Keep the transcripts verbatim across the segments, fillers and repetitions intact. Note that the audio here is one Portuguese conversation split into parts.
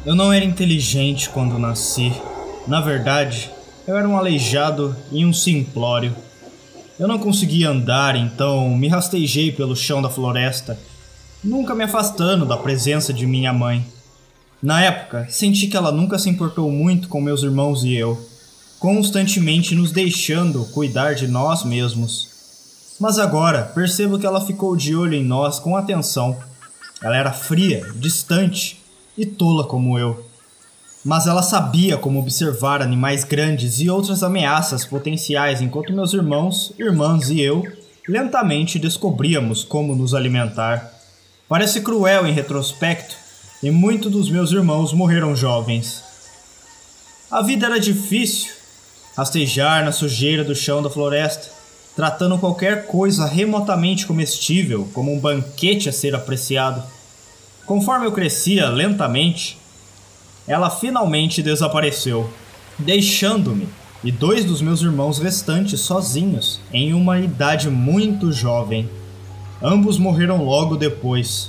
Eu não era inteligente quando nasci. Na verdade, eu era um aleijado e um simplório. Eu não conseguia andar, então me rastejei pelo chão da floresta, nunca me afastando da presença de minha mãe. Na época, senti que ela nunca se importou muito com meus irmãos e eu, constantemente nos deixando cuidar de nós mesmos. Mas agora, percebo que ela ficou de olho em nós com atenção. Ela era fria, distante e tola como eu. Mas ela sabia como observar animais grandes e outras ameaças potenciais, enquanto meus irmãos, irmãs e eu lentamente descobríamos como nos alimentar. Parece cruel em retrospecto, e muitos dos meus irmãos morreram jovens. A vida era difícil, rastejar na sujeira do chão da floresta, tratando qualquer coisa remotamente comestível como um banquete a ser apreciado. Conforme eu crescia lentamente, ela finalmente desapareceu, deixando-me e dois dos meus irmãos restantes sozinhos em uma idade muito jovem. Ambos morreram logo depois.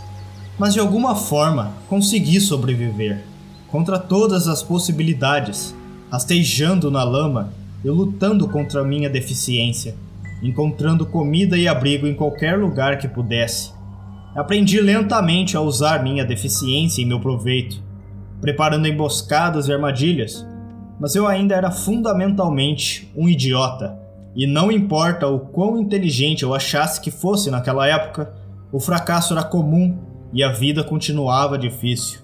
Mas de alguma forma consegui sobreviver, contra todas as possibilidades, rastejando na lama e lutando contra a minha deficiência, encontrando comida e abrigo em qualquer lugar que pudesse. Aprendi lentamente a usar minha deficiência em meu proveito, preparando emboscadas e armadilhas, mas eu ainda era fundamentalmente um idiota, e não importa o quão inteligente eu achasse que fosse naquela época, o fracasso era comum e a vida continuava difícil.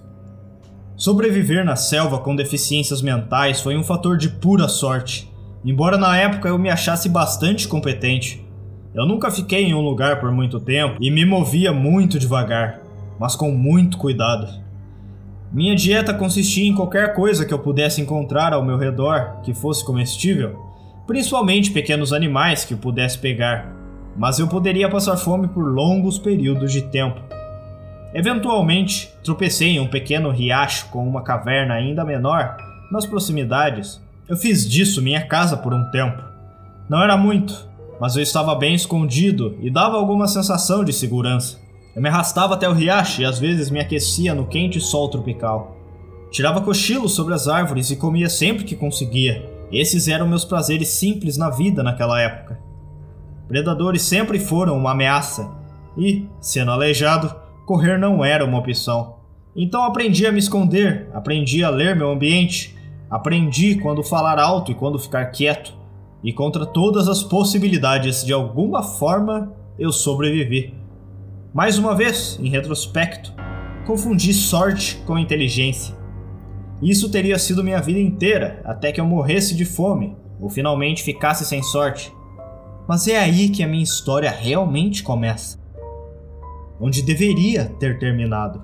Sobreviver na selva com deficiências mentais foi um fator de pura sorte, embora na época eu me achasse bastante competente. Eu nunca fiquei em um lugar por muito tempo e me movia muito devagar, mas com muito cuidado. Minha dieta consistia em qualquer coisa que eu pudesse encontrar ao meu redor que fosse comestível, principalmente pequenos animais que eu pudesse pegar, mas eu poderia passar fome por longos períodos de tempo. Eventualmente, tropecei em um pequeno riacho com uma caverna ainda menor nas proximidades. Eu fiz disso minha casa por um tempo. Não era muito, mas eu estava bem escondido e dava alguma sensação de segurança. Eu me arrastava até o riacho e às vezes me aquecia no quente sol tropical. Tirava cochilos sobre as árvores e comia sempre que conseguia. Esses eram meus prazeres simples na vida naquela época. Predadores sempre foram uma ameaça e, sendo aleijado, correr não era uma opção. Então aprendi a me esconder, aprendi a ler meu ambiente, aprendi quando falar alto e quando ficar quieto. E contra todas as possibilidades, de alguma forma, eu sobrevivi. Mais uma vez, em retrospecto, confundi sorte com inteligência. Isso teria sido minha vida inteira, até que eu morresse de fome, ou finalmente ficasse sem sorte. Mas é aí que a minha história realmente começa. Onde deveria ter terminado.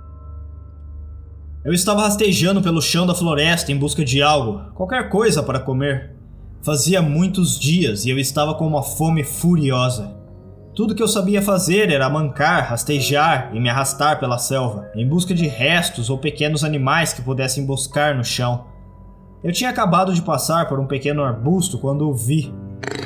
Eu estava rastejando pelo chão da floresta em busca de algo, qualquer coisa para comer. Fazia muitos dias e eu estava com uma fome furiosa. Tudo que eu sabia fazer era mancar, rastejar e me arrastar pela selva, em busca de restos ou pequenos animais que pudessem emboscar no chão. Eu tinha acabado de passar por um pequeno arbusto quando o vi.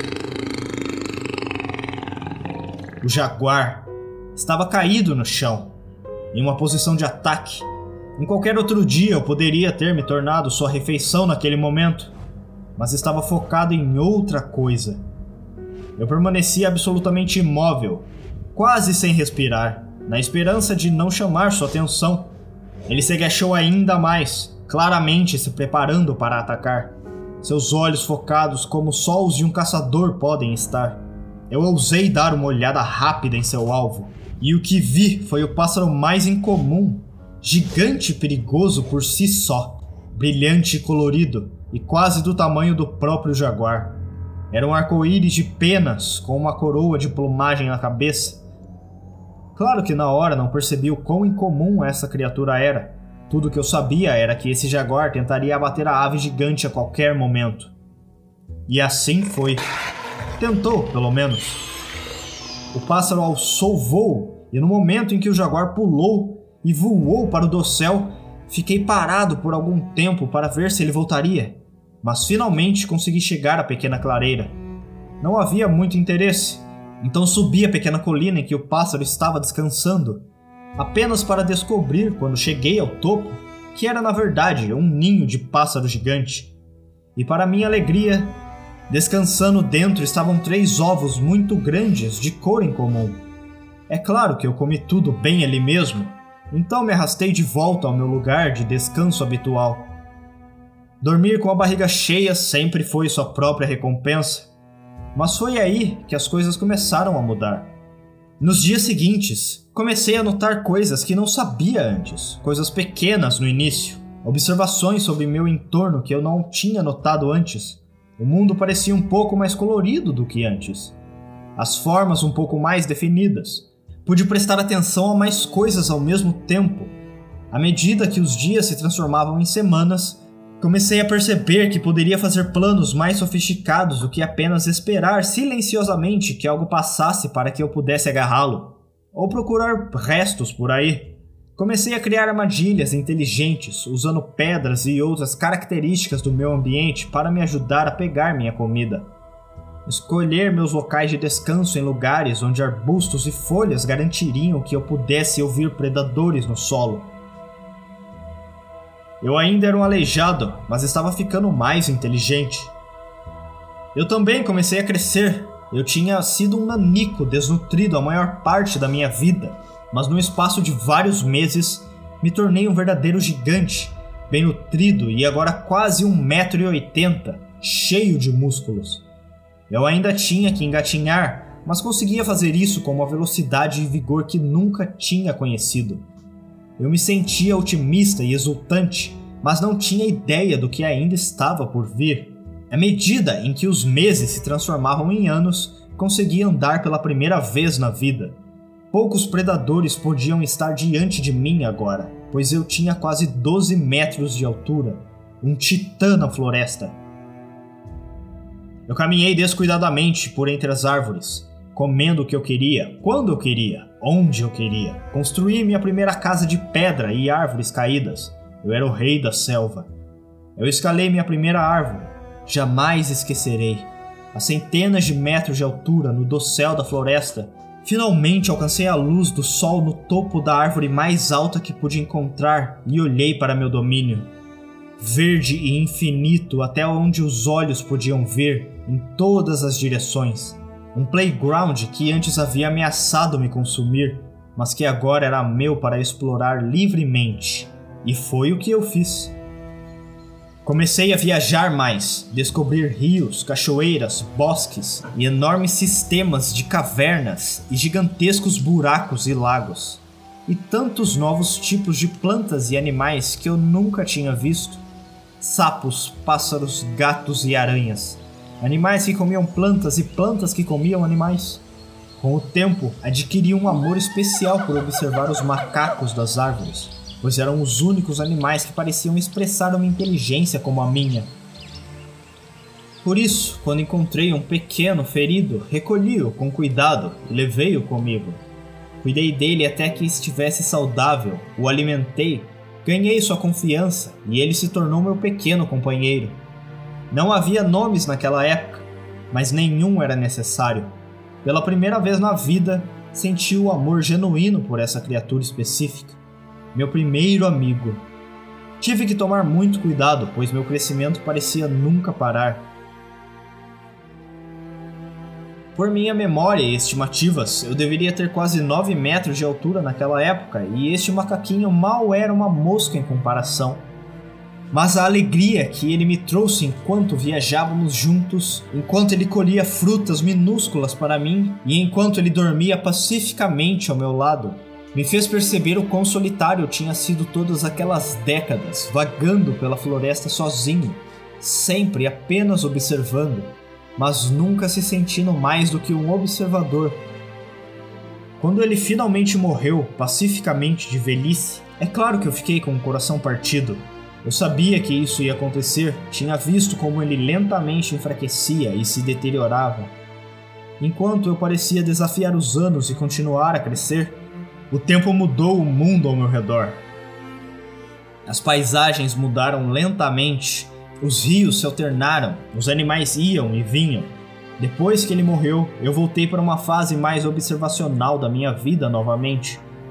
O jaguar estava caído no chão, em uma posição de ataque. Em qualquer outro dia eu poderia ter me tornado sua refeição naquele momento, mas estava focado em outra coisa. Eu permanecia absolutamente imóvel, quase sem respirar, na esperança de não chamar sua atenção. Ele se agachou ainda mais, claramente se preparando para atacar, seus olhos focados como só os de um caçador podem estar. Eu ousei dar uma olhada rápida em seu alvo, e o que vi foi o pássaro mais incomum, gigante e perigoso por si só, brilhante e colorido, e quase do tamanho do próprio jaguar. Era um arco-íris de penas com uma coroa de plumagem na cabeça. Claro que na hora não percebi o quão incomum essa criatura era. Tudo que eu sabia era que esse jaguar tentaria abater a ave gigante a qualquer momento. E assim foi. Tentou, pelo menos. O pássaro alçou voo, e no momento em que o jaguar pulou e voou para o dossel, fiquei parado por algum tempo para ver se ele voltaria. Mas finalmente consegui chegar à pequena clareira. Não havia muito interesse, então subi a pequena colina em que o pássaro estava descansando, apenas para descobrir, quando cheguei ao topo, que era na verdade um ninho de pássaro gigante. E para minha alegria, descansando dentro estavam três ovos muito grandes de cor incomum. É claro que eu comi tudo bem ali mesmo, então me arrastei de volta ao meu lugar de descanso habitual. Dormir com a barriga cheia sempre foi sua própria recompensa, mas foi aí que as coisas começaram a mudar. Nos dias seguintes, comecei a notar coisas que não sabia antes, coisas pequenas no início, observações sobre meu entorno que eu não tinha notado antes. O mundo parecia um pouco mais colorido do que antes, as formas um pouco mais definidas. Pude prestar atenção a mais coisas ao mesmo tempo. À medida que os dias se transformavam em semanas, comecei a perceber que poderia fazer planos mais sofisticados do que apenas esperar silenciosamente que algo passasse para que eu pudesse agarrá-lo, ou procurar restos por aí. Comecei a criar armadilhas inteligentes, usando pedras e outras características do meu ambiente para me ajudar a pegar minha comida. Escolher meus locais de descanso em lugares onde arbustos e folhas garantiriam que eu pudesse ouvir predadores no solo. Eu ainda era um aleijado, mas estava ficando mais inteligente. Eu também comecei a crescer. Eu tinha sido um nanico desnutrido a maior parte da minha vida, mas no espaço de vários meses me tornei um verdadeiro gigante, bem nutrido e agora quase um metro e oitenta, cheio de músculos. Eu ainda tinha que engatinhar, mas conseguia fazer isso com uma velocidade e vigor que nunca tinha conhecido. Eu me sentia otimista e exultante, mas não tinha ideia do que ainda estava por vir. À medida em que os meses se transformavam em anos, conseguia andar pela primeira vez na vida. Poucos predadores podiam estar diante de mim agora, pois eu tinha quase doze metros de altura, um titã na floresta. Eu caminhei descuidadamente por entre as árvores, comendo o que eu queria, quando eu queria, onde eu queria. Construí minha primeira casa de pedra e árvores caídas. Eu era o rei da selva. Eu escalei minha primeira árvore. Jamais esquecerei. A centenas de metros de altura, no dossel da floresta, finalmente alcancei a luz do sol no topo da árvore mais alta que pude encontrar e olhei para meu domínio. Verde e infinito até onde os olhos podiam ver, em todas as direções. Um playground que antes havia ameaçado me consumir, mas que agora era meu para explorar livremente. E foi o que eu fiz. Comecei a viajar mais, descobrir rios, cachoeiras, bosques e enormes sistemas de cavernas e gigantescos buracos e lagos. E tantos novos tipos de plantas e animais que eu nunca tinha visto. Sapos, pássaros, gatos e aranhas. Animais que comiam plantas e plantas que comiam animais. Com o tempo, adquiri um amor especial por observar os macacos das árvores, pois eram os únicos animais que pareciam expressar uma inteligência como a minha. Por isso, quando encontrei um pequeno ferido, recolhi-o com cuidado e levei-o comigo. Cuidei dele até que estivesse saudável, o alimentei, ganhei sua confiança e ele se tornou meu pequeno companheiro. Não havia nomes naquela época, mas nenhum era necessário. Pela primeira vez na vida, senti o amor genuíno por essa criatura específica. Meu primeiro amigo. Tive que tomar muito cuidado, pois meu crescimento parecia nunca parar. Por minha memória e estimativas, eu deveria ter quase nove metros de altura naquela época, e este macaquinho mal era uma mosca em comparação. Mas a alegria que ele me trouxe enquanto viajávamos juntos, enquanto ele colhia frutas minúsculas para mim e enquanto ele dormia pacificamente ao meu lado, me fez perceber o quão solitário eu tinha sido todas aquelas décadas, vagando pela floresta sozinho, sempre apenas observando, mas nunca se sentindo mais do que um observador. Quando ele finalmente morreu, pacificamente de velhice, é claro que eu fiquei com o coração partido. Eu sabia que isso ia acontecer, tinha visto como ele lentamente enfraquecia e se deteriorava. Enquanto eu parecia desafiar os anos e continuar a crescer, o tempo mudou o mundo ao meu redor. As paisagens mudaram lentamente, os rios se alternaram, os animais iam e vinham. Depois que ele morreu, eu voltei para uma fase mais observacional da minha vida novamente.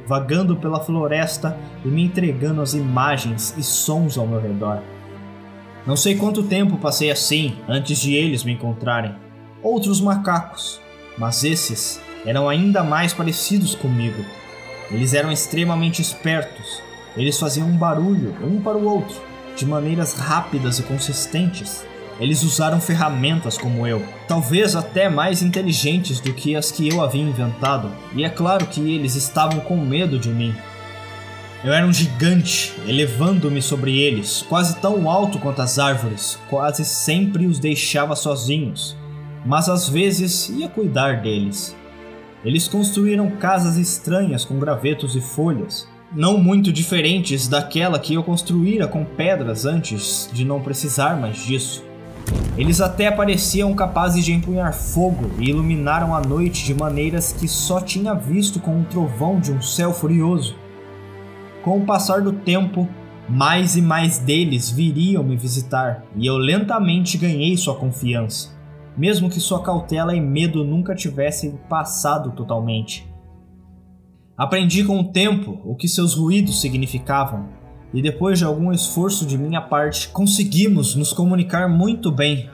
vagando pela floresta e me entregando as imagens e sons ao meu redor. Não sei quanto tempo passei assim antes de eles me encontrarem. Outros macacos, mas esses eram ainda mais parecidos comigo. Eles eram extremamente espertos. Eles faziam um barulho um para o outro, de maneiras rápidas e consistentes. Eles usaram ferramentas como eu, talvez até mais inteligentes do que as que eu havia inventado, e é claro que eles estavam com medo de mim. Eu era um gigante, elevando-me sobre eles, quase tão alto quanto as árvores, quase sempre os deixava sozinhos, mas às vezes ia cuidar deles. Eles construíram casas estranhas com gravetos e folhas, não muito diferentes daquela que eu construíra com pedras antes de não precisar mais disso. Eles até pareciam capazes de empunhar fogo e iluminaram a noite de maneiras que só tinha visto com um trovão de um céu furioso. Com o passar do tempo, mais e mais deles viriam me visitar, e eu lentamente ganhei sua confiança, mesmo que sua cautela e medo nunca tivessem passado totalmente. Aprendi com o tempo o que seus ruídos significavam, e depois de algum esforço de minha parte, conseguimos nos comunicar muito bem.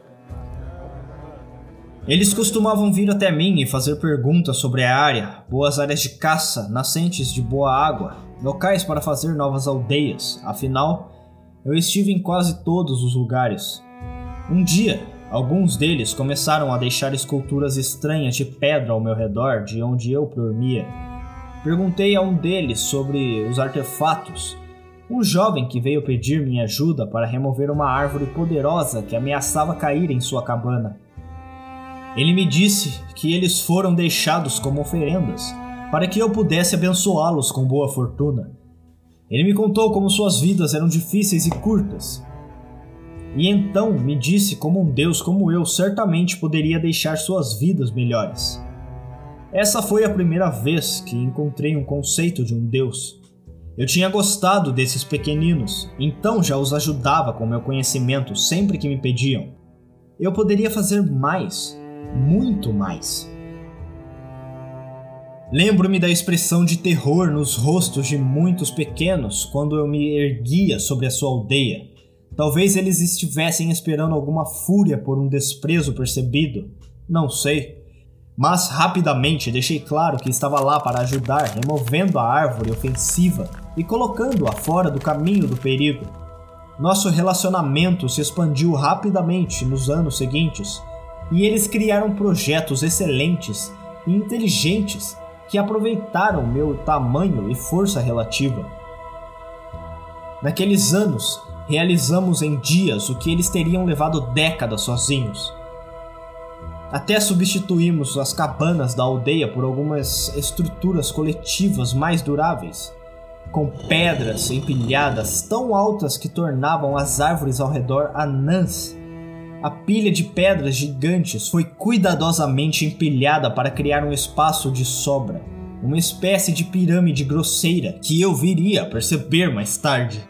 Eles costumavam vir até mim e fazer perguntas sobre a área, boas áreas de caça, nascentes de boa água, locais para fazer novas aldeias, afinal, eu estive em quase todos os lugares. Um dia, alguns deles começaram a deixar esculturas estranhas de pedra ao meu redor de onde eu dormia. Perguntei a um deles sobre os artefatos, um jovem que veio pedir minha ajuda para remover uma árvore poderosa que ameaçava cair em sua cabana. Ele me disse que eles foram deixados como oferendas, para que eu pudesse abençoá-los com boa fortuna. Ele me contou como suas vidas eram difíceis e curtas. E então me disse como um Deus como eu certamente poderia deixar suas vidas melhores. Essa foi a primeira vez que encontrei um conceito de um Deus. Eu tinha gostado desses pequeninos, então já os ajudava com meu conhecimento sempre que me pediam. Eu poderia fazer mais. Muito mais. Lembro-me da expressão de terror nos rostos de muitos pequenos quando eu me erguia sobre a sua aldeia. Talvez eles estivessem esperando alguma fúria por um desprezo percebido. Não sei. Mas rapidamente deixei claro que estava lá para ajudar, removendo a árvore ofensiva e colocando-a fora do caminho do perigo. Nosso relacionamento se expandiu rapidamente nos anos seguintes. E eles criaram projetos excelentes e inteligentes que aproveitaram meu tamanho e força relativa. Naqueles anos, realizamos em dias o que eles teriam levado décadas sozinhos. Até substituímos as cabanas da aldeia por algumas estruturas coletivas mais duráveis, com pedras empilhadas tão altas que tornavam as árvores ao redor anãs. A pilha de pedras gigantes foi cuidadosamente empilhada para criar um espaço de sobra, uma espécie de pirâmide grosseira que eu viria a perceber mais tarde.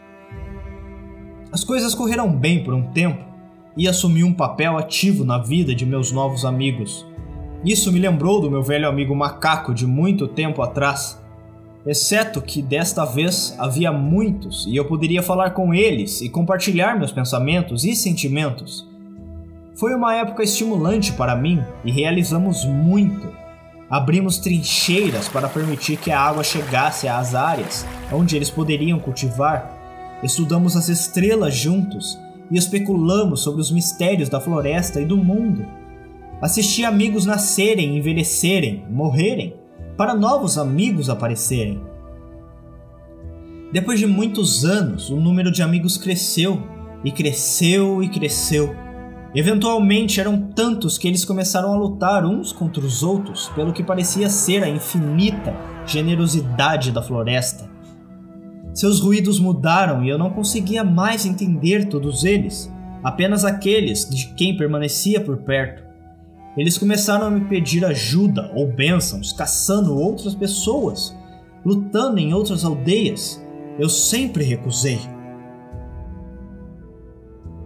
As coisas correram bem por um tempo e assumi um papel ativo na vida de meus novos amigos. Isso me lembrou do meu velho amigo macaco de muito tempo atrás, exceto que desta vez havia muitos e eu poderia falar com eles e compartilhar meus pensamentos e sentimentos. Foi uma época estimulante para mim e realizamos muito. Abrimos trincheiras para permitir que a água chegasse às áreas onde eles poderiam cultivar. Estudamos as estrelas juntos e especulamos sobre os mistérios da floresta e do mundo. Assisti amigos nascerem, envelhecerem, morrerem, para novos amigos aparecerem. Depois de muitos anos, o número de amigos cresceu, e cresceu e cresceu. Eventualmente eram tantos que eles começaram a lutar uns contra os outros pelo que parecia ser a infinita generosidade da floresta. Seus ruídos mudaram e eu não conseguia mais entender todos eles, apenas aqueles de quem permanecia por perto. Eles começaram a me pedir ajuda ou bênçãos, caçando outras pessoas, lutando em outras aldeias. Eu sempre recusei.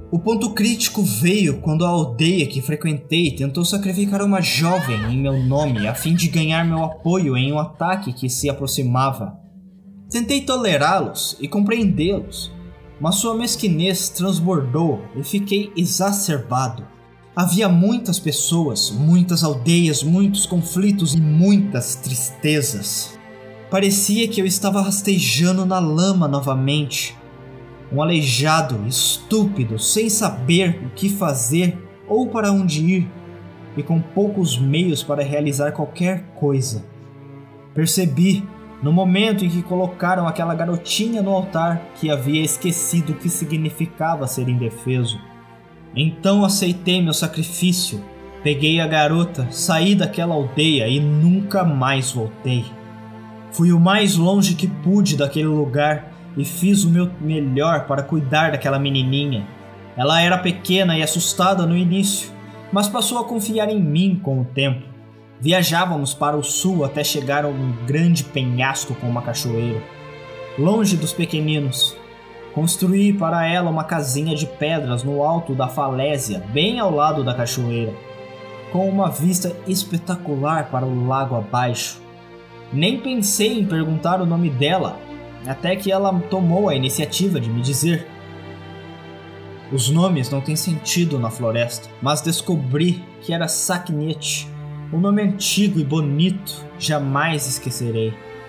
O ponto crítico veio quando a aldeia que frequentei tentou sacrificar uma jovem em meu nome a fim de ganhar meu apoio em um ataque que se aproximava. Tentei tolerá-los e compreendê-los, mas sua mesquinez transbordou e fiquei exacerbado. Havia muitas pessoas, muitas aldeias, muitos conflitos e muitas tristezas. Parecia que eu estava rastejando na lama novamente. Um aleijado, estúpido, sem saber o que fazer ou para onde ir, e com poucos meios para realizar qualquer coisa. Percebi, no momento em que colocaram aquela garotinha no altar, que havia esquecido o que significava ser indefeso. Então aceitei meu sacrifício, peguei a garota, saí daquela aldeia e nunca mais voltei. Fui o mais longe que pude daquele lugar e fiz o meu melhor para cuidar daquela menininha. Ela era pequena e assustada no início, mas passou a confiar em mim com o tempo. Viajávamos para o sul até chegar a um grande penhasco com uma cachoeira. Longe dos pequeninos, construí para ela uma casinha de pedras no alto da falésia, bem ao lado da cachoeira, com uma vista espetacular para o lago abaixo. Nem pensei em perguntar o nome dela, até que ela tomou a iniciativa de me dizer. Os nomes não têm sentido na floresta, mas descobri que era Sacknet, um nome antigo e bonito, jamais esquecerei.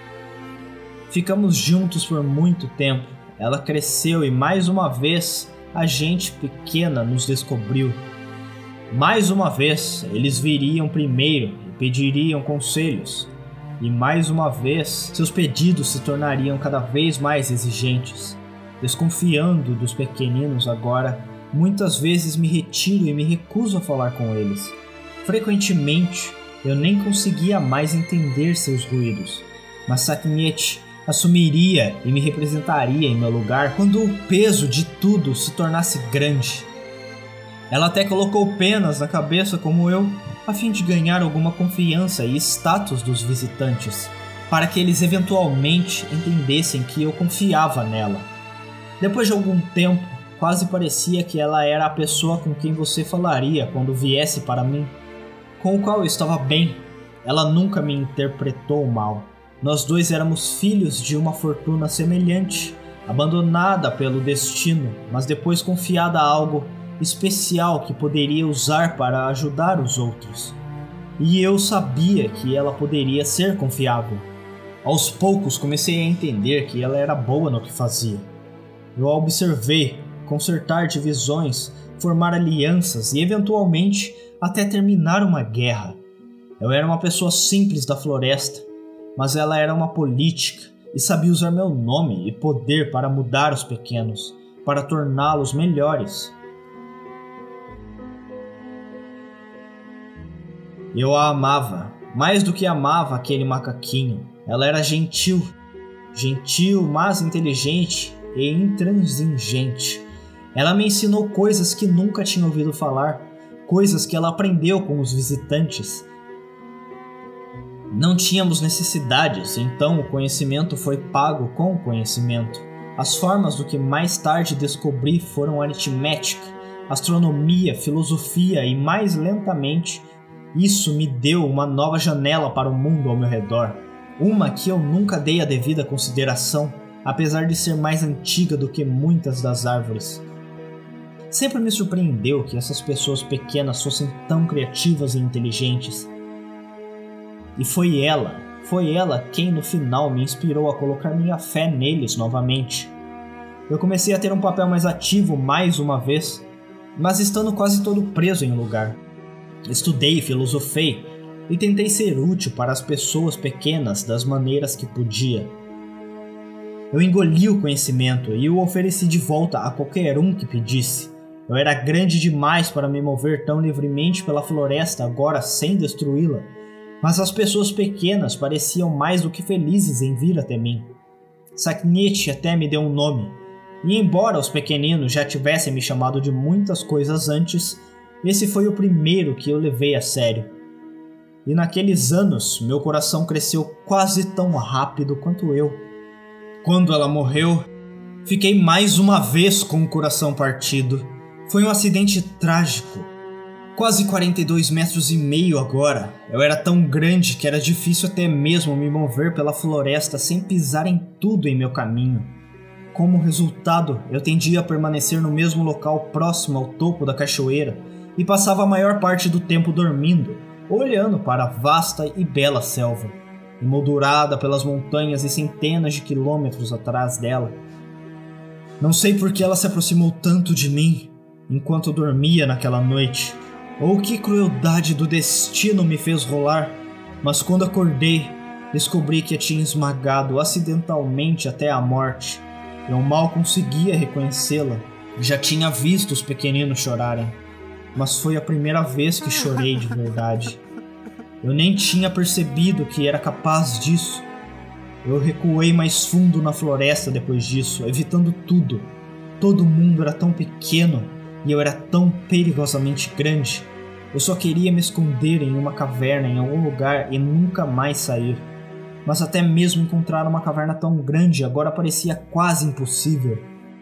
Ficamos juntos por muito tempo, ela cresceu e mais uma vez a gente pequena nos descobriu. Mais uma vez eles viriam primeiro e pediriam conselhos. E mais uma vez, seus pedidos se tornariam cada vez mais exigentes. Desconfiando dos pequeninos agora, muitas vezes me retiro e me recuso a falar com eles. Frequentemente, eu nem conseguia mais entender seus ruídos. Mas Sacknet assumiria e me representaria em meu lugar quando o peso de tudo se tornasse grande. Ela até colocou penas na cabeça como eu, a fim de ganhar alguma confiança e status dos visitantes, para que eles eventualmente entendessem que eu confiava nela. Depois de algum tempo, quase parecia que ela era a pessoa com quem você falaria quando viesse para mim, com o qual eu estava bem. Ela nunca me interpretou mal. Nós dois éramos filhos de uma fortuna semelhante, abandonada pelo destino, mas depois confiada a algo especial que poderia usar para ajudar os outros. E eu sabia que ela poderia ser confiável. Aos poucos comecei a entender que ela era boa no que fazia. Eu a observei consertar divisões, formar alianças e eventualmente até terminar uma guerra. Eu era uma pessoa simples da floresta, mas ela era uma política e sabia usar meu nome e poder para mudar os pequenos, para torná-los melhores. Eu a amava, mais do que amava aquele macaquinho. Ela era gentil, gentil, mas inteligente e intransigente. Ela me ensinou coisas que nunca tinha ouvido falar, coisas que ela aprendeu com os visitantes. Não tínhamos necessidades, então o conhecimento foi pago com o conhecimento. As formas do que mais tarde descobri foram aritmética, astronomia, filosofia e, mais lentamente, isso me deu uma nova janela para o mundo ao meu redor, uma que eu nunca dei a devida consideração, apesar de ser mais antiga do que muitas das árvores. Sempre me surpreendeu que essas pessoas pequenas fossem tão criativas e inteligentes. E foi ela, foi ela quem no final me inspirou a colocar minha fé neles novamente. Eu comecei a ter um papel mais ativo mais uma vez, mas estando quase todo preso em um lugar. Estudei, filosofei e tentei ser útil para as pessoas pequenas das maneiras que podia. Eu engoli o conhecimento e o ofereci de volta a qualquer um que pedisse. Eu era grande demais para me mover tão livremente pela floresta agora sem destruí-la, mas as pessoas pequenas pareciam mais do que felizes em vir até mim. Sacknet até me deu um nome, e embora os pequeninos já tivessem me chamado de muitas coisas antes, esse foi o primeiro que eu levei a sério. E naqueles anos, meu coração cresceu quase tão rápido quanto eu. Quando ela morreu, fiquei mais uma vez com o coração partido. Foi um acidente trágico. Quase quarenta e dois metros e meio agora. Eu era tão grande que era difícil até mesmo me mover pela floresta sem pisar em tudo em meu caminho. Como resultado, eu tendia a permanecer no mesmo local próximo ao topo da cachoeira e passava a maior parte do tempo dormindo, olhando para a vasta e bela selva, emoldurada pelas montanhas e centenas de quilômetros atrás dela. Não sei por que ela se aproximou tanto de mim enquanto eu dormia naquela noite, ou que crueldade do destino me fez rolar, mas quando acordei, descobri que a tinha esmagado acidentalmente até a morte. Eu mal conseguia reconhecê-la. Já tinha visto os pequeninos chorarem, mas foi a primeira vez que chorei de verdade. Eu nem tinha percebido que era capaz disso. Eu recuei mais fundo na floresta depois disso, evitando tudo. Todo mundo era tão pequeno e eu era tão perigosamente grande. Eu só queria me esconder em uma caverna em algum lugar e nunca mais sair. Mas até mesmo encontrar uma caverna tão grande agora parecia quase impossível.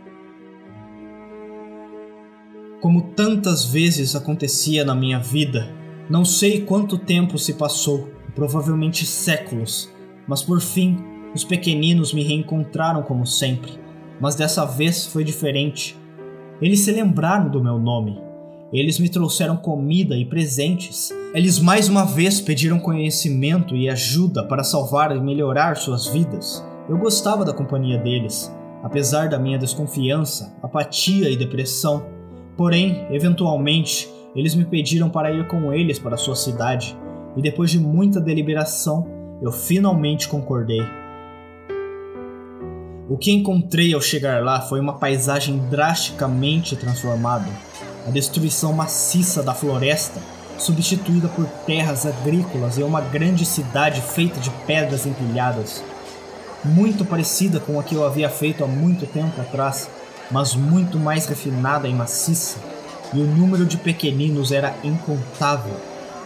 Como tantas vezes acontecia na minha vida, não sei quanto tempo se passou, provavelmente séculos, mas por fim, os pequeninos me reencontraram como sempre, mas dessa vez foi diferente. Eles se lembraram do meu nome. Eles me trouxeram comida e presentes. Eles mais uma vez pediram conhecimento e ajuda para salvar e melhorar suas vidas. Eu gostava da companhia deles, apesar da minha desconfiança, apatia e depressão. Porém, eventualmente, eles me pediram para ir com eles para sua cidade, e depois de muita deliberação, eu finalmente concordei. O que encontrei ao chegar lá foi uma paisagem drasticamente transformada. A destruição maciça da floresta, substituída por terras agrícolas e uma grande cidade feita de pedras empilhadas. Muito parecida com a que eu havia feito há muito tempo atrás, mas muito mais refinada e maciça, e o número de pequeninos era incontável.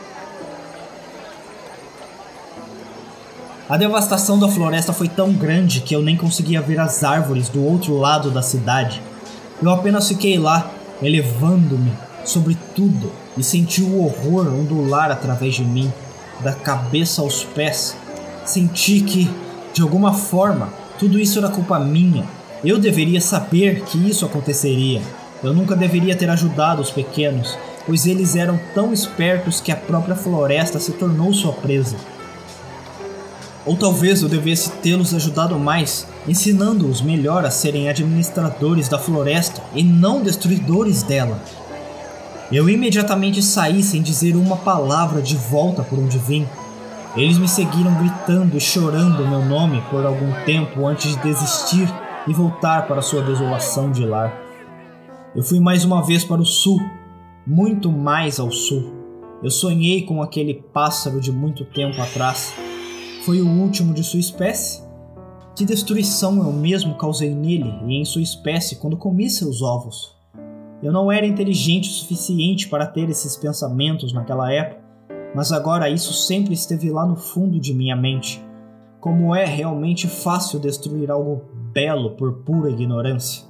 A devastação da floresta foi tão grande que eu nem conseguia ver as árvores do outro lado da cidade. Eu apenas fiquei lá, elevando-me sobre tudo, e senti o horror ondular através de mim, da cabeça aos pés. Senti que, de alguma forma, tudo isso era culpa minha. Eu deveria saber que isso aconteceria. Eu nunca deveria ter ajudado os pequenos, pois eles eram tão espertos que a própria floresta se tornou sua presa. Ou talvez eu devesse tê-los ajudado mais, ensinando-os melhor a serem administradores da floresta e não destruidores dela. Eu imediatamente saí sem dizer uma palavra de volta por onde vim. Eles me seguiram gritando e chorando meu nome por algum tempo antes de desistir e voltar para sua desolação de lar. Eu fui mais uma vez para o sul, muito mais ao sul. Eu sonhei com aquele pássaro de muito tempo atrás. Foi o último de sua espécie? Que destruição eu mesmo causei nele e em sua espécie quando comi seus ovos? Eu não era inteligente o suficiente para ter esses pensamentos naquela época, mas agora isso sempre esteve lá no fundo de minha mente. Como é realmente fácil destruir algo belo por pura ignorância.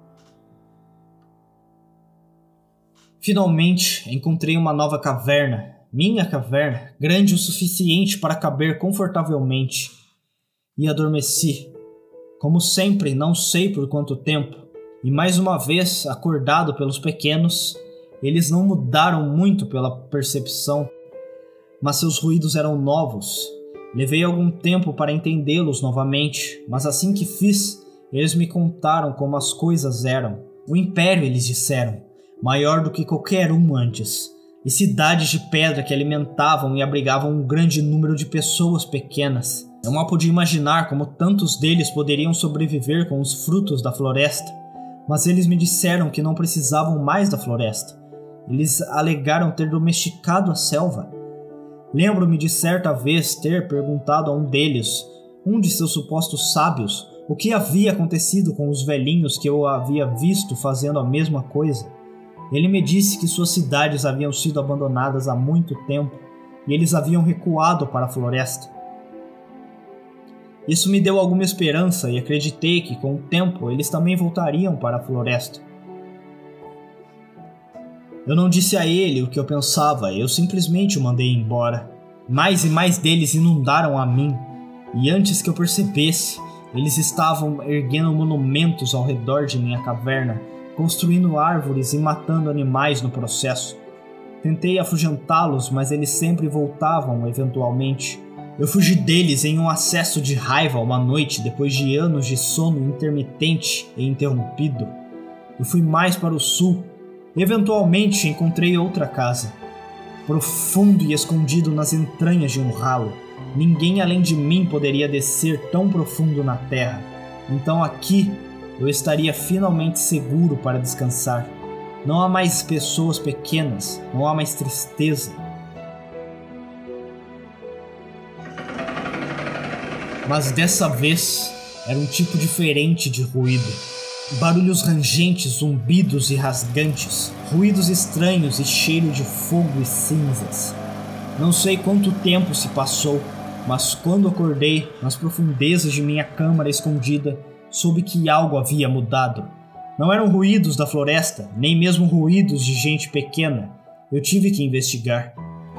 Finalmente, encontrei uma nova caverna. Minha caverna, grande o suficiente para caber confortavelmente. E adormeci. Como sempre, não sei por quanto tempo. E mais uma vez, acordado pelos pequenos, eles não mudaram muito pela percepção, mas seus ruídos eram novos. Levei algum tempo para entendê-los novamente, mas assim que fiz, eles me contaram como as coisas eram. O Império, eles disseram, maior do que qualquer um antes. E cidades de pedra que alimentavam e abrigavam um grande número de pessoas pequenas. Eu mal podia imaginar como tantos deles poderiam sobreviver com os frutos da floresta, mas eles me disseram que não precisavam mais da floresta. Eles alegaram ter domesticado a selva. Lembro-me de certa vez ter perguntado a um deles, um de seus supostos sábios, o que havia acontecido com os velhinhos que eu havia visto fazendo a mesma coisa. Ele me disse que suas cidades haviam sido abandonadas há muito tempo e eles haviam recuado para a floresta. Isso me deu alguma esperança e acreditei que, com o tempo, eles também voltariam para a floresta. Eu não disse a ele o que eu pensava, eu simplesmente o mandei embora. Mais e mais deles inundaram a mim, e antes que eu percebesse, eles estavam erguendo monumentos ao redor de minha caverna, construindo árvores e matando animais no processo. Tentei afugentá-los, mas eles sempre voltavam eventualmente. Eu fugi deles em um acesso de raiva uma noite depois de anos de sono intermitente e interrompido. Eu fui mais para o sul. Eventualmente encontrei outra casa. Profundo e escondido nas entranhas de um ralo. Ninguém além de mim poderia descer tão profundo na terra. Então aqui eu estaria finalmente seguro para descansar. Não há mais pessoas pequenas, não há mais tristeza. Mas dessa vez era um tipo diferente de ruído. Barulhos rangentes, zumbidos e rasgantes, ruídos estranhos e cheiro de fogo e cinzas. Não sei quanto tempo se passou, mas quando acordei, nas profundezas de minha câmara escondida, soube que algo havia mudado. Não eram ruídos da floresta, nem mesmo ruídos de gente pequena. Eu tive que investigar.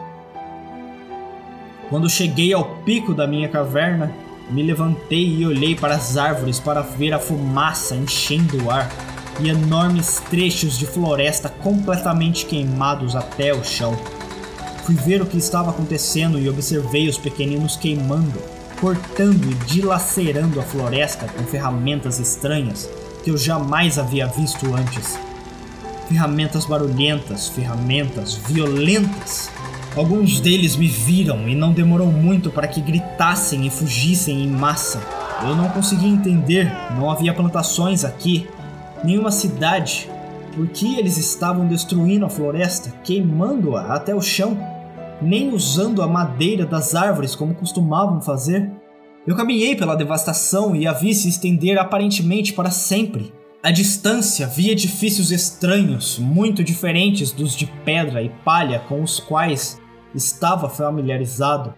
Quando cheguei ao pico da minha caverna, me levantei e olhei para as árvores para ver a fumaça enchendo o ar e enormes trechos de floresta completamente queimados até o chão. Fui ver o que estava acontecendo e observei os pequeninos queimando, cortando e dilacerando a floresta com ferramentas estranhas que eu jamais havia visto antes. Ferramentas barulhentas, ferramentas violentas. Alguns deles me viram e não demorou muito para que gritassem e fugissem em massa. Eu não conseguia entender, não havia plantações aqui, nenhuma cidade. Por que eles estavam destruindo a floresta, queimando-a até o chão, nem usando a madeira das árvores como costumavam fazer? Eu caminhei pela devastação e a vi se estender aparentemente para sempre. À distância, vi edifícios estranhos, muito diferentes dos de pedra e palha com os quais estava familiarizado,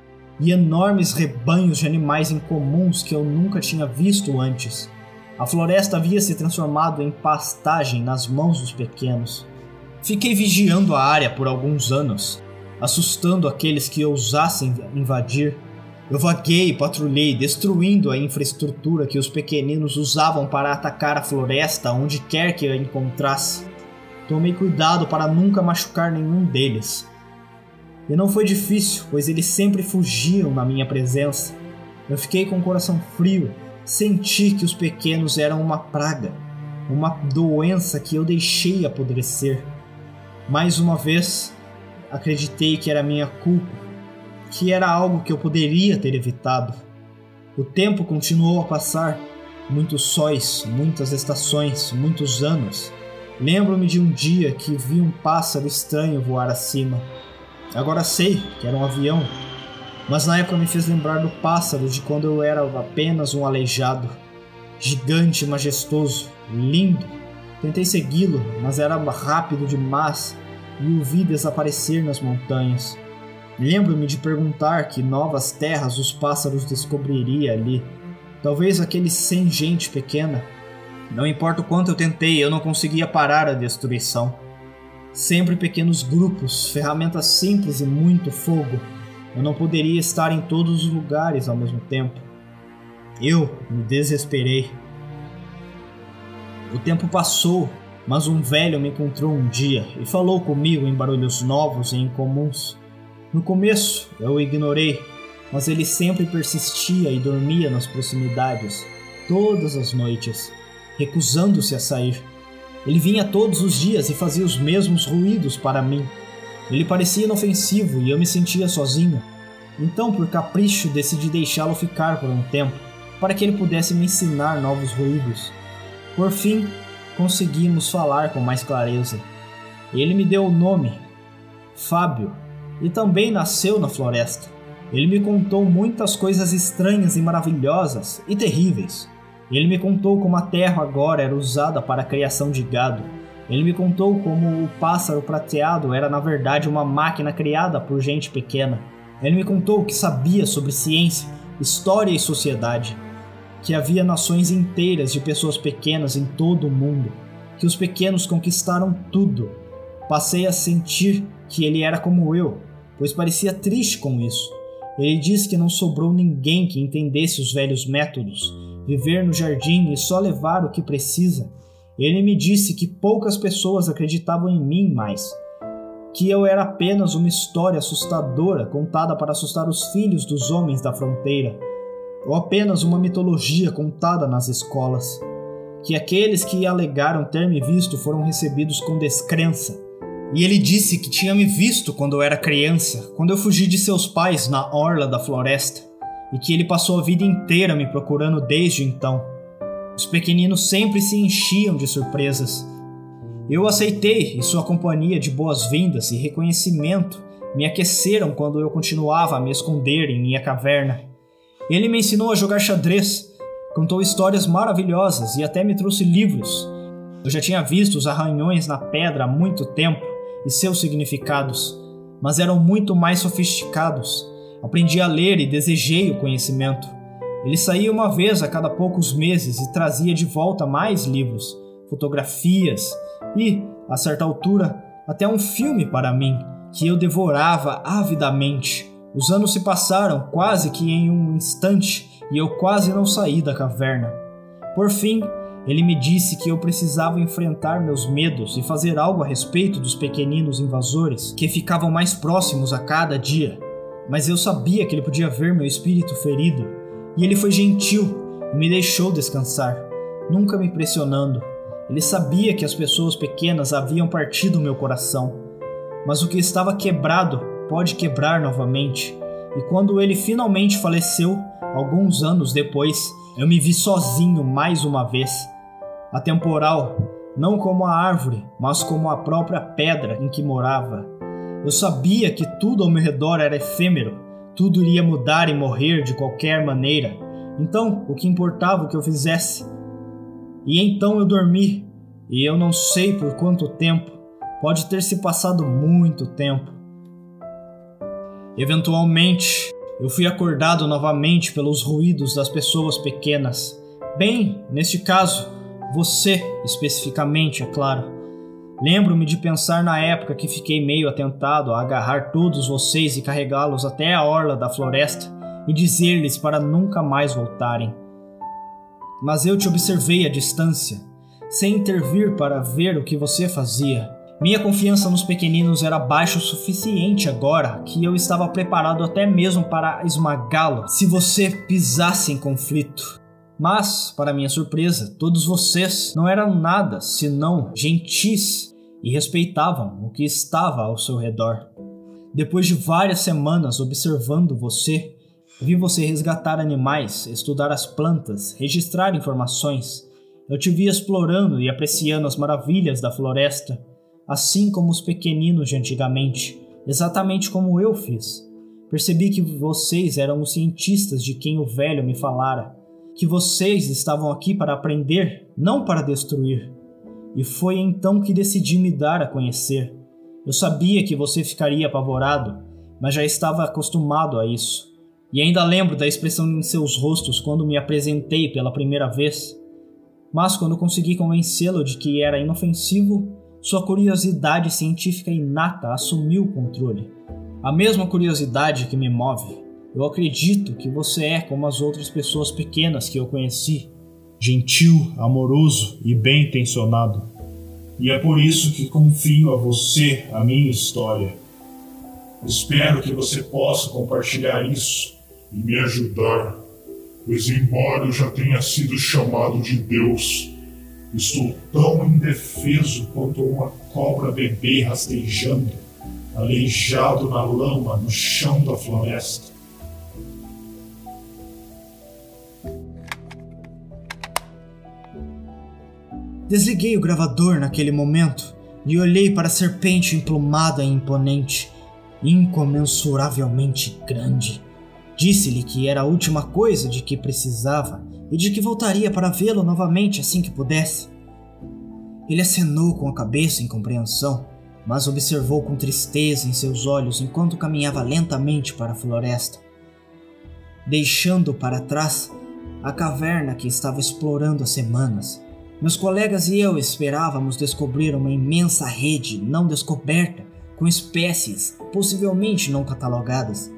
e enormes rebanhos de animais incomuns que eu nunca tinha visto antes. A floresta havia se transformado em pastagem nas mãos dos pequenos. Fiquei vigiando a área por alguns anos, assustando aqueles que ousassem invadir. Eu vaguei e patrulhei, destruindo a infraestrutura que os pequeninos usavam para atacar a floresta onde quer que a encontrasse. Tomei cuidado para nunca machucar nenhum deles. E não foi difícil, pois eles sempre fugiam na minha presença. Eu fiquei com o coração frio, senti que os pequenos eram uma praga, uma doença que eu deixei apodrecer. Mais uma vez, acreditei que era minha culpa, que era algo que eu poderia ter evitado. O tempo continuou a passar, muitos sóis, muitas estações, muitos anos. Lembro-me de um dia que vi um pássaro estranho voar acima. Agora sei que era um avião, mas na época me fez lembrar do pássaro de quando eu era apenas um aleijado. Gigante e majestoso, lindo. Tentei segui-lo, mas era rápido demais e o vi desaparecer nas montanhas. Lembro-me de perguntar que novas terras os pássaros descobriria ali. Talvez aqueles sem gente pequena. Não importa o quanto eu tentei, eu não conseguia parar a destruição. Sempre pequenos grupos, ferramentas simples e muito fogo. Eu não poderia estar em todos os lugares ao mesmo tempo. Eu me desesperei. O tempo passou, mas um velho me encontrou um dia e falou comigo em barulhos novos e incomuns. No começo, eu o ignorei, mas ele sempre persistia e dormia nas proximidades, todas as noites, recusando-se a sair. Ele vinha todos os dias e fazia os mesmos ruídos para mim. Ele parecia inofensivo e eu me sentia sozinho. Então, por capricho, decidi deixá-lo ficar por um tempo, para que ele pudesse me ensinar novos ruídos. Por fim, conseguimos falar com mais clareza. Ele me deu o nome, Fábio, e também nasceu na floresta. Ele me contou muitas coisas estranhas e maravilhosas e terríveis. Ele me contou como a terra agora era usada para a criação de gado. Ele me contou como o pássaro prateado era na verdade uma máquina criada por gente pequena. Ele me contou o que sabia sobre ciência, história e sociedade. Que havia nações inteiras de pessoas pequenas em todo o mundo. Que os pequenos conquistaram tudo. Passei a sentir que ele era como eu, pois parecia triste com isso. Ele disse que não sobrou ninguém que entendesse os velhos métodos, viver no jardim e só levar o que precisa. Ele me disse que poucas pessoas acreditavam em mim mais, que eu era apenas uma história assustadora contada para assustar os filhos dos homens da fronteira, ou apenas uma mitologia contada nas escolas, que aqueles que alegaram ter me visto foram recebidos com descrença. E ele disse que tinha me visto quando eu era criança, quando eu fugi de seus pais na orla da floresta, e que ele passou a vida inteira me procurando desde então. Os pequeninos sempre se enchiam de surpresas. Eu aceitei, e sua companhia de boas-vindas e reconhecimento me aqueceram quando eu continuava a me esconder em minha caverna. Ele me ensinou a jogar xadrez, contou histórias maravilhosas e até me trouxe livros. Eu já tinha visto os arranhões na pedra há muito tempo e seus significados, mas eram muito mais sofisticados. Aprendi a ler e desejei o conhecimento. Ele saía uma vez a cada poucos meses e trazia de volta mais livros, fotografias e, a certa altura, até um filme para mim, que eu devorava avidamente. Os anos se passaram quase que em um instante e eu quase não saí da caverna. Por fim, ele me disse que eu precisava enfrentar meus medos e fazer algo a respeito dos pequeninos invasores que ficavam mais próximos a cada dia. Mas eu sabia que ele podia ver meu espírito ferido, e ele foi gentil e me deixou descansar, nunca me pressionando. Ele sabia que as pessoas pequenas haviam partido meu coração, mas o que estava quebrado pode quebrar novamente, e quando ele finalmente faleceu, alguns anos depois, eu me vi sozinho mais uma vez. Atemporal, não como a árvore, mas como a própria pedra em que morava. Eu sabia que tudo ao meu redor era efêmero, tudo iria mudar e morrer de qualquer maneira. Então, o que importava o que eu fizesse? E então eu dormi, e eu não sei por quanto tempo, pode ter se passado muito tempo. Eventualmente, eu fui acordado novamente pelos ruídos das pessoas pequenas. Bem, neste caso, você, especificamente, é claro. Lembro-me de pensar na época que fiquei meio atentado a agarrar todos vocês e carregá-los até a orla da floresta e dizer-lhes para nunca mais voltarem. Mas eu te observei à distância, sem intervir para ver o que você fazia. Minha confiança nos pequeninos era baixa o suficiente agora que eu estava preparado até mesmo para esmagá-lo se você pisasse em conflito. Mas, para minha surpresa, todos vocês não eram nada senão gentis e respeitavam o que estava ao seu redor. Depois de várias semanas observando você, vi você resgatar animais, estudar as plantas, registrar informações. Eu te vi explorando e apreciando as maravilhas da floresta, assim como os pequeninos de antigamente, exatamente como eu fiz. Percebi que vocês eram os cientistas de quem o velho me falara, que vocês estavam aqui para aprender, não para destruir. E foi então que decidi me dar a conhecer. Eu sabia que você ficaria apavorado, mas já estava acostumado a isso. E ainda lembro da expressão em seus rostos quando me apresentei pela primeira vez. Mas quando consegui convencê-lo de que era inofensivo, sua curiosidade científica inata assumiu o controle. A mesma curiosidade que me move. Eu acredito que você é como as outras pessoas pequenas que eu conheci. Gentil, amoroso e bem-intencionado. E é por isso que confio a você a minha história. Espero que você possa compartilhar isso e me ajudar, pois embora eu já tenha sido chamado de Deus, estou tão indefeso quanto uma cobra bebê rastejando, aleijado na lama no chão da floresta. Desliguei o gravador naquele momento e olhei para a serpente emplumada e imponente, incomensuravelmente grande. Disse-lhe que era a última coisa de que precisava e de que voltaria para vê-lo novamente assim que pudesse. Ele acenou com a cabeça em compreensão, mas observou com tristeza em seus olhos enquanto caminhava lentamente para a floresta, deixando para trás a caverna que estava explorando há semanas. Meus colegas e eu esperávamos descobrir uma imensa rede não descoberta com espécies possivelmente não catalogadas.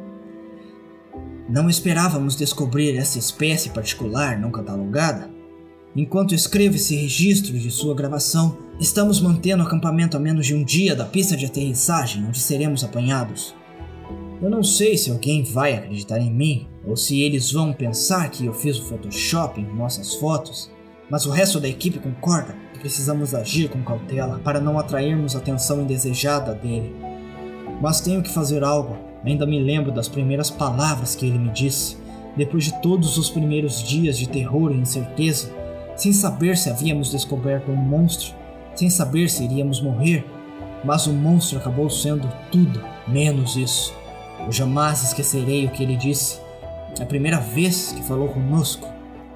Não esperávamos descobrir essa espécie particular não catalogada. Enquanto escrevo esse registro de sua gravação, estamos mantendo o acampamento a menos de um dia da pista de aterrissagem onde seremos apanhados. Eu não sei se alguém vai acreditar em mim, ou se eles vão pensar que eu fiz o Photoshop em nossas fotos, mas o resto da equipe concorda que precisamos agir com cautela para não atrairmos a atenção indesejada dele. Mas tenho que fazer algo. Ainda me lembro das primeiras palavras que ele me disse, depois de todos os primeiros dias de terror e incerteza, sem saber se havíamos descoberto um monstro, sem saber se iríamos morrer, mas o monstro acabou sendo tudo menos isso. Eu jamais esquecerei o que ele disse, a primeira vez que falou conosco.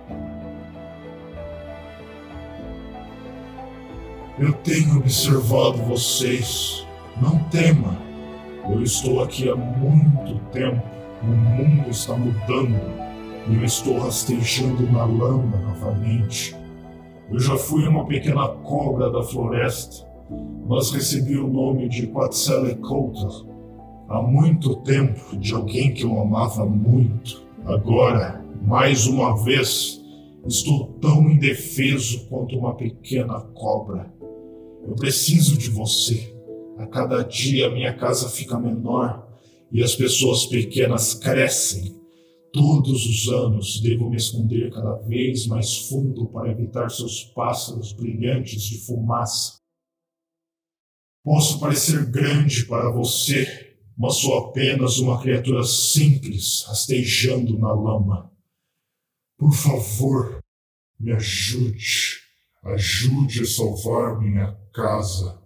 Eu tenho observado vocês. Não tema. Eu estou aqui há muito tempo. O mundo está mudando e eu estou rastejando na lama novamente. Eu já fui uma pequena cobra da floresta, mas recebi o nome de Quetzalcoatl há muito tempo, de alguém que eu amava muito. Agora, mais uma vez, estou tão indefeso quanto uma pequena cobra. Eu preciso de você. A cada dia minha casa fica menor e as pessoas pequenas crescem. Todos os anos devo me esconder cada vez mais fundo para evitar seus pássaros brilhantes de fumaça. Posso parecer grande para você, mas sou apenas uma criatura simples rastejando na lama. Por favor, me ajude. Ajude a salvar minha casa.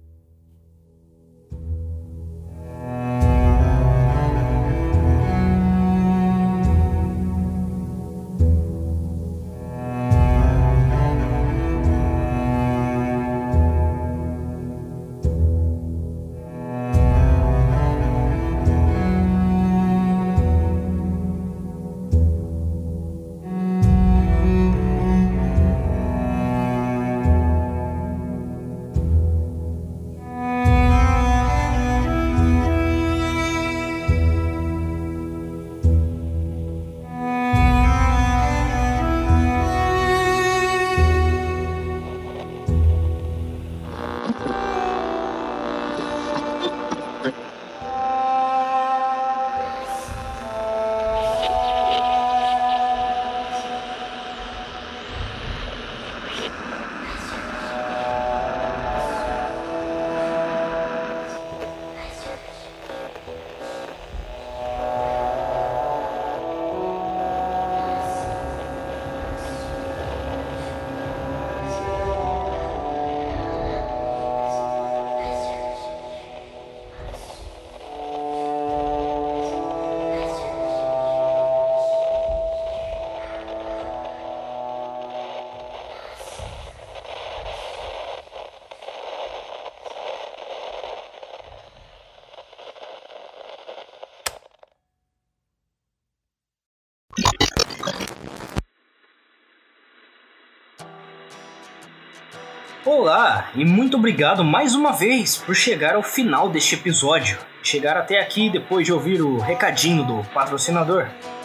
Olá, e muito obrigado mais uma vez por chegar ao final deste episódio. Chegar até aqui depois de ouvir o recadinho do patrocinador.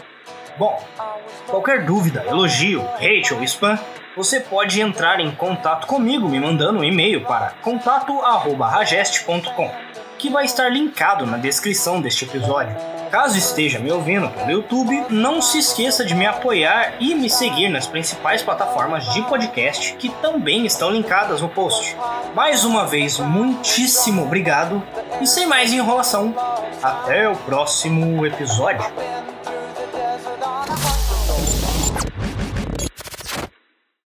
Bom, qualquer dúvida, elogio, hate ou spam, você pode entrar em contato comigo me mandando um e-mail para contato arroba rageste ponto com, que vai estar linkado na descrição deste episódio. Caso esteja me ouvindo pelo YouTube, não se esqueça de me apoiar e me seguir nas principais plataformas de podcast que também estão linkadas no post. Mais uma vez, muitíssimo obrigado e sem mais enrolação, até o próximo episódio.